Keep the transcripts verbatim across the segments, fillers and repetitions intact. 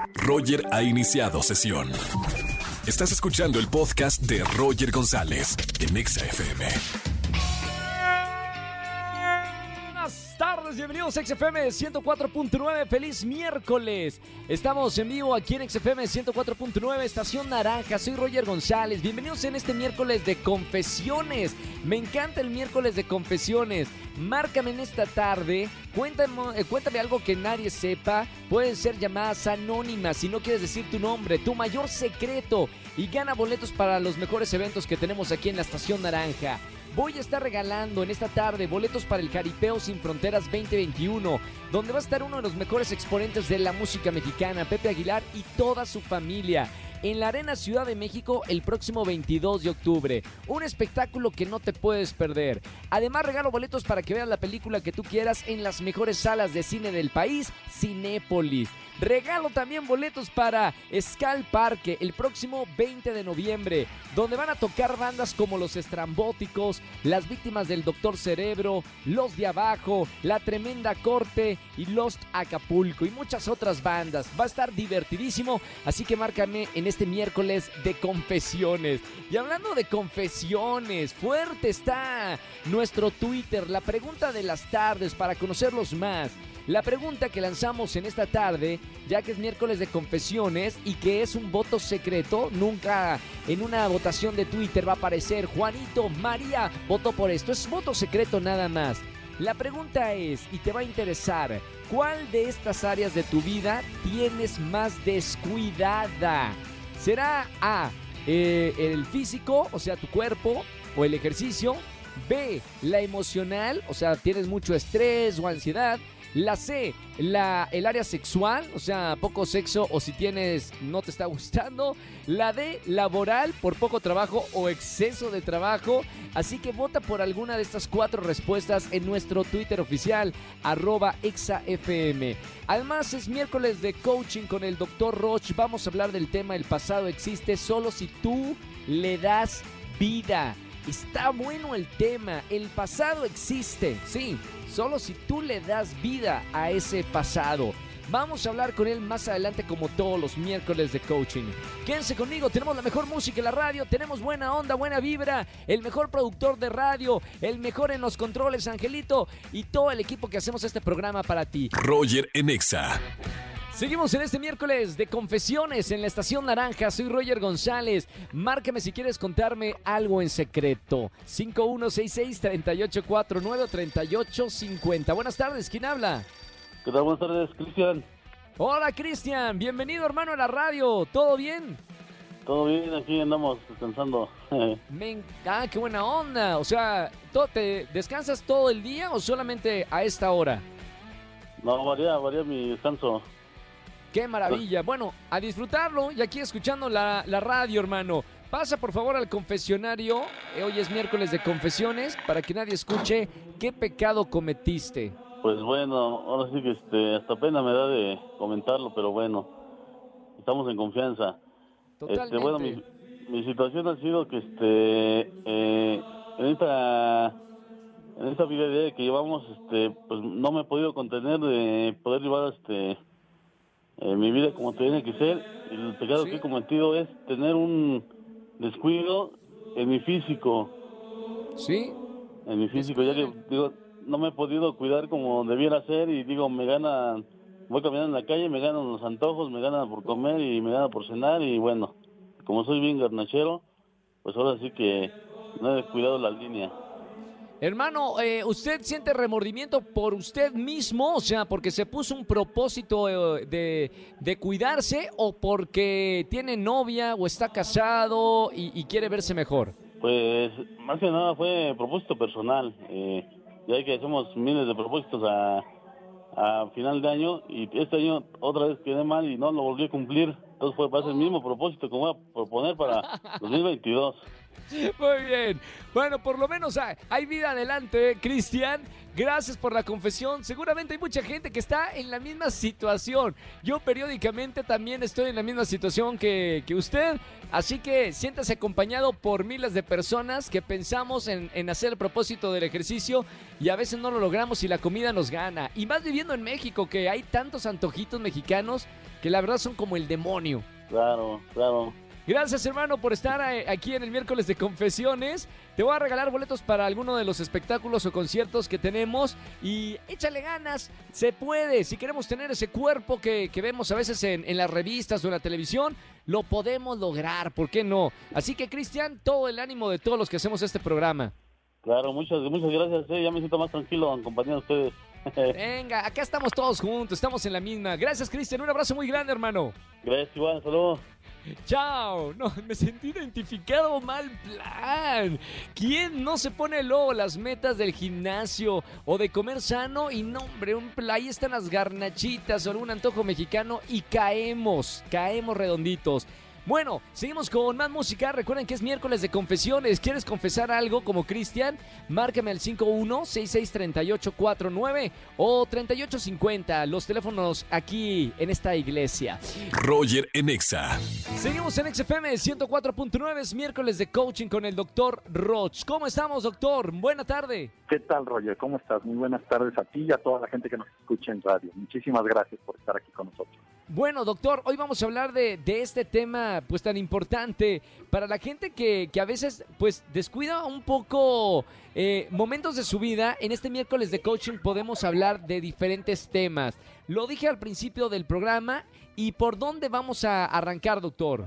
Roger ha iniciado sesión. Estás escuchando el podcast de Roger González en Exa F M. Buenas tardes, bienvenidos a Exa F M ciento cuatro punto nueve. Feliz miércoles. Estamos en vivo aquí en Exa F M ciento cuatro punto nueve, Estación Naranja. Soy Roger González. Bienvenidos en este miércoles de confesiones. Me encanta el miércoles de confesiones. Márcame en esta tarde. Cuéntame, eh, cuéntame algo que nadie sepa. Pueden ser llamadas anónimas. Si no quieres decir tu nombre, tu mayor secreto. Y gana boletos para los mejores eventos que tenemos aquí en la Estación Naranja. Voy a estar regalando en esta tarde boletos para el Jaripeo Sin Fronteras veinte veintiuno, donde va a estar uno de los mejores exponentes de la música mexicana, Pepe Aguilar y toda su familia, en la Arena Ciudad de México el próximo veintidós de octubre. Un espectáculo que no te puedes perder. Además, regalo boletos para que veas la película que tú quieras en las mejores salas de cine del país, Cinépolis. Regalo también boletos para Skal Parque el próximo veinte de noviembre, donde van a tocar bandas como Los Estrambóticos, Las Víctimas del Doctor Cerebro, Los de Abajo, La Tremenda Corte y Lost Acapulco y muchas otras bandas. Va a estar divertidísimo, así que márcame en este miércoles de confesiones. Y hablando de confesiones, fuerte está nuestro Twitter, la pregunta de las tardes para conocerlos más. La pregunta que lanzamos en esta tarde, ya que es miércoles de confesiones y que es un voto secreto, nunca en una votación de Twitter va a aparecer Juanito, María votó por esto, es voto secreto nada más. La pregunta es, y te va a interesar, ¿cuál de estas áreas de tu vida tienes más descuidada? ¿Será A, eh, el físico, o sea, tu cuerpo o el ejercicio? B, la emocional, o sea, tienes mucho estrés o ansiedad. La C, la, el área sexual, o sea, poco sexo o si tienes no te está gustando. La D, laboral, por poco trabajo o exceso de trabajo. Así que vota por alguna de estas cuatro respuestas en nuestro Twitter oficial, arroba ExaFM. Además, es miércoles de coaching con el doctor Roch. Vamos a hablar del tema El pasado existe solo si tú le das vida. Está bueno el tema, el pasado existe, sí, solo si tú le das vida a ese pasado. Vamos a hablar con él más adelante como todos los miércoles de coaching. Quédense conmigo, tenemos la mejor música en la radio, tenemos buena onda, buena vibra, el mejor productor de radio, el mejor en los controles, Angelito, y todo el equipo que hacemos este programa para ti. Roger en Exa. Seguimos en este miércoles de confesiones en la Estación Naranja. Soy Roger González. Márcame si quieres contarme algo en secreto. cinco uno seis seis, tres ocho cuatro nueve, tres ocho cinco cero. Buenas tardes, ¿quién habla? ¿Qué tal? Buenas tardes, Cristian. Hola, Cristian. Bienvenido, hermano, a la radio. ¿Todo bien? Todo bien, aquí andamos descansando. Me... Ah, qué buena onda. O sea, ¿te descansas todo el día o solamente a esta hora? No, varía, varía mi descanso. ¡Qué maravilla! Bueno, a disfrutarlo y aquí escuchando la, la radio, hermano. Pasa por favor al confesionario. Hoy es miércoles de confesiones para que nadie escuche qué pecado cometiste. Pues bueno, ahora sí que este, hasta pena me da de comentarlo, pero bueno, estamos en confianza. Totalmente. Este, bueno, mi, mi situación ha sido que este, eh, en esta, en esta vida diaria que llevamos, este, pues no me he podido contener de poder llevar este. Eh, mi vida como tiene que ser. El pecado ¿Sí? que he cometido es tener un descuido en mi físico. ¿Sí? En mi físico, ya que digo, no me he podido cuidar como debiera ser y digo, me gana, voy caminando en la calle, me ganan los antojos, me ganan por comer y me ganan por cenar y bueno, como soy bien garnachero, pues ahora sí que no he cuidado la línea. Hermano, eh, ¿usted siente remordimiento por usted mismo? O sea, porque se puso un propósito eh, de, de cuidarse o porque tiene novia o está casado y, y quiere verse mejor. Pues más que nada fue propósito personal. Eh, ya que hacemos miles de propósitos a, a final de año y este año otra vez quedé mal y no lo volví a cumplir. Entonces fue para el mismo propósito que voy a proponer para dos mil veintidós. Muy bien. Bueno, por lo menos hay, hay vida adelante, Cristian. Gracias por la confesión. Seguramente hay mucha gente que está en la misma situación. Yo periódicamente también estoy en la misma situación que, que usted. Así que siéntase acompañado por miles de personas que pensamos en, en hacer el propósito del ejercicio y a veces no lo logramos y la comida nos gana. Y más viviendo en México, que hay tantos antojitos mexicanos que la verdad son como el demonio. Claro, claro. Gracias, hermano, por estar aquí en el miércoles de confesiones. Te voy a regalar boletos para alguno de los espectáculos o conciertos que tenemos. Y échale ganas, se puede. Si queremos tener ese cuerpo que, que vemos a veces en, en las revistas o en la televisión, lo podemos lograr, ¿por qué no? Así que, Cristian, todo el ánimo de todos los que hacemos este programa. Claro, muchas, muchas gracias. Eh. Ya me siento más tranquilo en compañía de ustedes. Venga, acá estamos todos juntos, estamos en la misma. Gracias, Cristian, un abrazo muy grande, hermano. Gracias, Iván, saludos. Chao, no, me sentí identificado, mal plan. ¿Quién no se pone luego las metas del gimnasio o de comer sano? Y no, hombre, un, ahí están las garnachitas o algún antojo mexicano y caemos, caemos redonditos. Bueno, seguimos con más música. Recuerden que es miércoles de confesiones. ¿Quieres confesar algo como Cristian? Márcame al cinco uno seis seis tres ocho cuatro nueve o treinta y ocho cincuenta. Los teléfonos aquí en esta iglesia. Roger en Exa. Seguimos en X F M ciento cuatro punto nueve. Es miércoles de coaching con el doctor Roch. ¿Cómo estamos, doctor? Buena tarde. ¿Qué tal, Roger? ¿Cómo estás? Muy buenas tardes a ti y a toda la gente que nos escucha en radio. Muchísimas gracias por estar aquí con nosotros. Bueno, doctor, hoy vamos a hablar de, de este tema pues tan importante para la gente que, que a veces pues descuida un poco eh, momentos de su vida. En este miércoles de coaching podemos hablar de diferentes temas. Lo dije al principio del programa. ¿Y por dónde vamos a arrancar, doctor?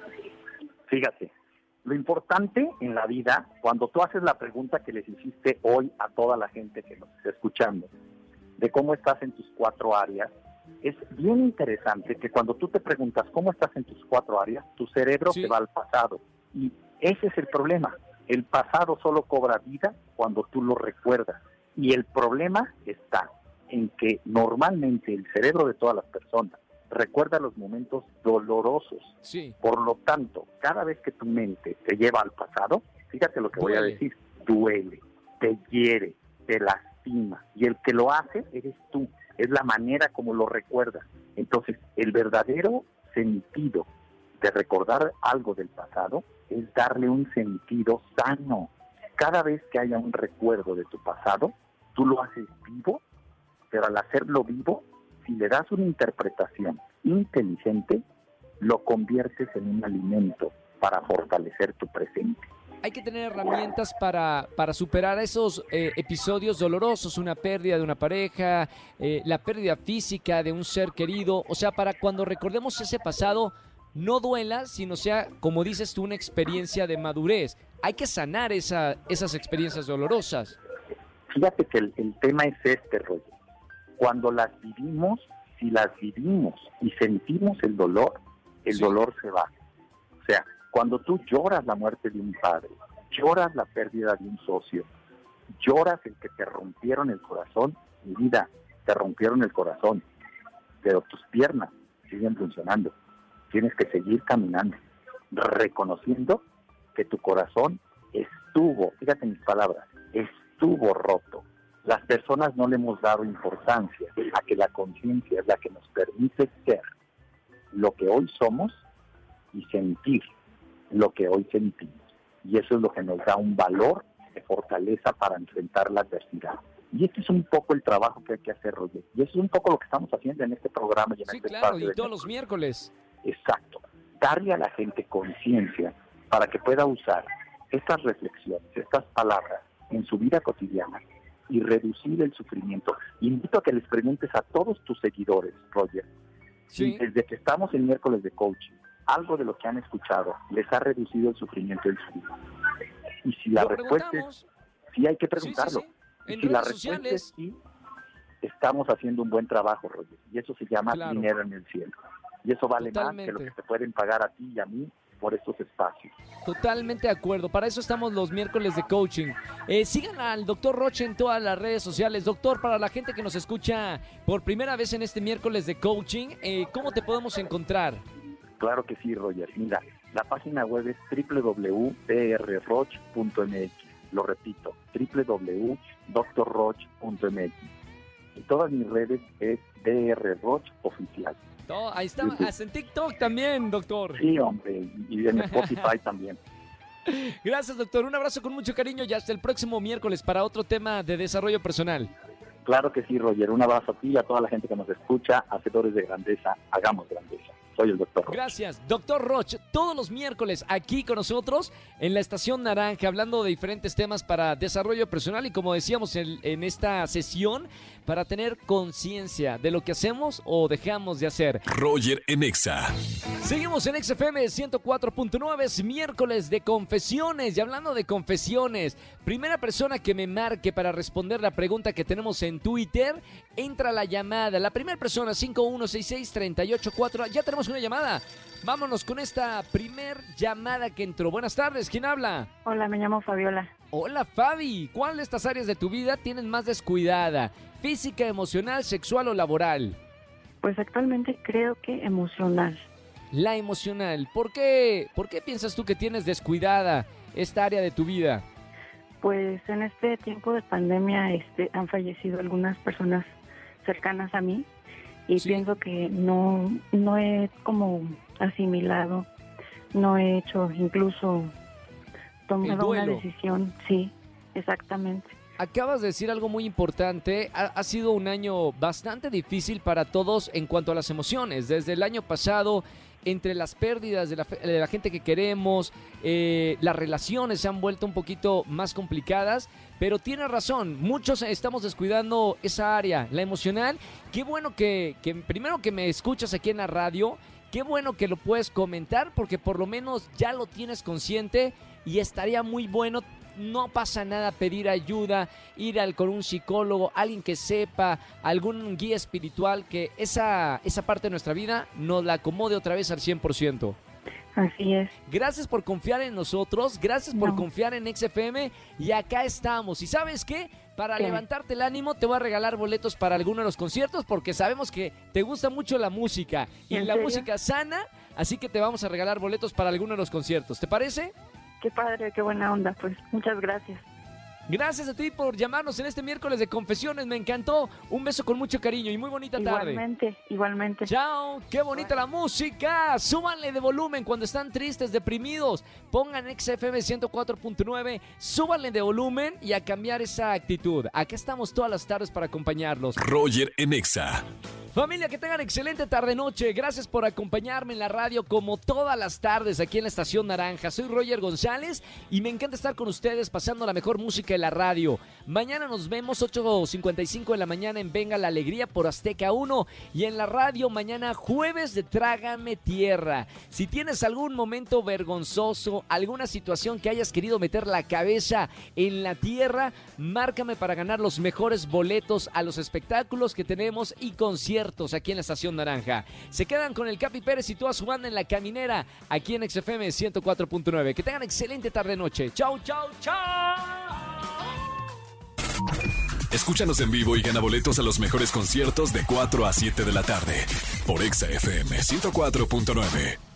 Fíjate, lo importante en la vida, cuando tú haces la pregunta que les hiciste hoy a toda la gente que nos está escuchando, de cómo estás en tus cuatro áreas, es bien interesante que cuando tú te preguntas cómo estás en tus cuatro áreas, tu cerebro sí. se va al pasado. Y ese es el problema. El pasado solo cobra vida cuando tú lo recuerdas. Y el problema está en que normalmente el cerebro de todas las personas recuerda los momentos dolorosos. Sí. Por lo tanto, cada vez que tu mente te lleva al pasado, fíjate lo que Duele. voy a decir, duele, te hiere, te lastima. Y el que lo hace eres tú. Es la manera como lo recuerdas. Entonces, el verdadero sentido de recordar algo del pasado es darle un sentido sano. Cada vez que haya un recuerdo de tu pasado, tú lo haces vivo, pero al hacerlo vivo, si le das una interpretación inteligente, lo conviertes en un alimento para fortalecer tu presente. Hay que tener herramientas para, para superar esos eh, episodios dolorosos, una pérdida de una pareja, eh, la pérdida física de un ser querido. O sea, para cuando recordemos ese pasado, no duela, sino sea, como dices tú, una experiencia de madurez. Hay que sanar esa, esas experiencias dolorosas. Fíjate que el, el tema es este, Roger. Cuando las vivimos, si las vivimos y sentimos el dolor, el Sí. dolor se va. O sea, cuando tú lloras la muerte de un padre, lloras la pérdida de un socio, lloras el que te rompieron el corazón, mi vida, te rompieron el corazón, pero tus piernas siguen funcionando. Tienes que seguir caminando, reconociendo que tu corazón estuvo, fíjate mis palabras, estuvo roto. Las personas no le hemos dado importancia a que la conciencia es la que nos permite ser lo que hoy somos y sentir lo que hoy sentimos. Y eso es lo que nos da un valor de fortaleza para enfrentar la adversidad. Y este es un poco el trabajo que hay que hacer, Roger. Y eso es un poco lo que estamos haciendo en este programa y en Sí, este claro, espacio. y de todos los miércoles. Exacto. Darle a la gente conciencia para que pueda usar estas reflexiones, estas palabras en su vida cotidiana y reducir el sufrimiento. Invito a que les preguntes a todos tus seguidores, Roger, Sí. si desde que estamos en miércoles de coaching, algo de lo que han escuchado les ha reducido el sufrimiento en su vida. Y si la Lo respuesta es preguntamos. sí, hay que Sí, sí, preguntarlo. sí. Y En si la redes respuesta sociales. es sí, estamos haciendo un buen trabajo, Roger. Y eso se llama Claro. dinero en el cielo. Y eso vale más Totalmente. que lo que te pueden pagar a ti y a mí por estos espacios. Totalmente de acuerdo. Para eso estamos los miércoles de coaching. Eh, sigan al doctor Roche en todas las redes sociales. Doctor, para la gente que nos escucha por primera vez en este miércoles de coaching, eh, ¿cómo te podemos encontrar? Claro que sí, Roger. Mira, La página web es doble u doble u doble u punto d r roch punto m x. Lo repito, doble u doble u doble u punto doctor roch punto m x. Y todas mis redes es D R Roch Oficial. Oh, ahí está, hasta en TikTok también, doctor. Sí, hombre, y en Spotify también. Gracias, doctor. Un abrazo con mucho cariño y hasta el próximo miércoles para otro tema de desarrollo personal. Claro que sí, Roger. Un abrazo a ti y a toda la gente que nos escucha. Hacedores de grandeza, hagamos grandeza. Soy el doctor Roch. Gracias, doctor Roch. Todos los miércoles aquí con nosotros en la Estación Naranja, hablando de diferentes temas para desarrollo personal y, como decíamos en, en esta sesión, para tener conciencia de lo que hacemos o dejamos de hacer. Roger en Exa. Seguimos en X F M ciento cuatro punto nueve, es miércoles de confesiones. Y hablando de confesiones, primera persona que me marque para responder la pregunta que tenemos en Twitter, entra la llamada. La primera persona, cinco uno seis seis, tres ocho cuatro. Ya tenemos una llamada. Vámonos con esta primer llamada que entró. Buenas tardes, ¿quién habla? Hola, me llamo Fabiola. Hola, Fabi. ¿Cuál de estas áreas de tu vida tienes más descuidada? ¿Física, emocional, sexual o laboral? Pues actualmente creo que emocional. La emocional. ¿Por qué? ¿Por qué piensas tú que tienes descuidada esta área de tu vida? Pues en este tiempo de pandemia este, han fallecido algunas personas cercanas a mí y Sí. pienso que no, no he como asimilado, no he hecho incluso tomado una duelo. decisión. Sí, exactamente. Acabas de decir algo muy importante. Ha, ha sido un año bastante difícil para todos en cuanto a las emociones. Desde el año pasado, entre las pérdidas de la, de la gente que queremos, eh, las relaciones se han vuelto un poquito más complicadas. Pero tienes razón, muchos estamos descuidando esa área, la emocional. Qué bueno que, que primero que me escuchas aquí en la radio, qué bueno que lo puedes comentar porque por lo menos ya lo tienes consciente y estaría muy bueno. No pasa nada pedir ayuda, ir al, con un psicólogo, alguien que sepa, algún guía espiritual que esa, esa parte de nuestra vida nos la acomode otra vez al cien por ciento. Así es. Gracias por confiar en nosotros, gracias por No. confiar en X F M y acá estamos. ¿Y sabes qué? Para ¿Qué? levantarte el ánimo te voy a regalar boletos para alguno de los conciertos porque sabemos que te gusta mucho la música y ¿En la serio? música sana, así que te vamos a regalar boletos para alguno de los conciertos. ¿Te parece? Qué padre, qué buena onda. Pues muchas gracias. Gracias a ti por llamarnos en este miércoles de confesiones, me encantó. Un beso con mucho cariño y muy bonita tarde. Igualmente, igualmente. Chao, qué bonita la música. Súbanle de volumen cuando están tristes, deprimidos. Pongan X F M ciento cuatro punto nueve, súbanle de volumen y a cambiar esa actitud. Acá estamos todas las tardes para acompañarlos. Roger en Exa. Familia, que tengan excelente tarde-noche. Gracias por acompañarme en la radio como todas las tardes aquí en la Estación Naranja. Soy Roger González y me encanta estar con ustedes pasando la mejor música de la radio. Mañana nos vemos ocho cincuenta y cinco de la mañana en Venga la Alegría por Azteca uno y en la radio mañana jueves de Trágame Tierra. Si tienes algún momento vergonzoso, alguna situación que hayas querido meter la cabeza en la tierra, márcame para ganar los mejores boletos a los espectáculos que tenemos y conciertos aquí en la Estación Naranja. Se quedan con el Capi Pérez y toda su banda en La Caminera, aquí en X F M ciento cuatro punto nueve. Que tengan excelente tarde-noche. Chau, chau, chau. Escúchanos en vivo y gana boletos a los mejores conciertos de cuatro a siete de la tarde por Exa F M ciento cuatro punto nueve.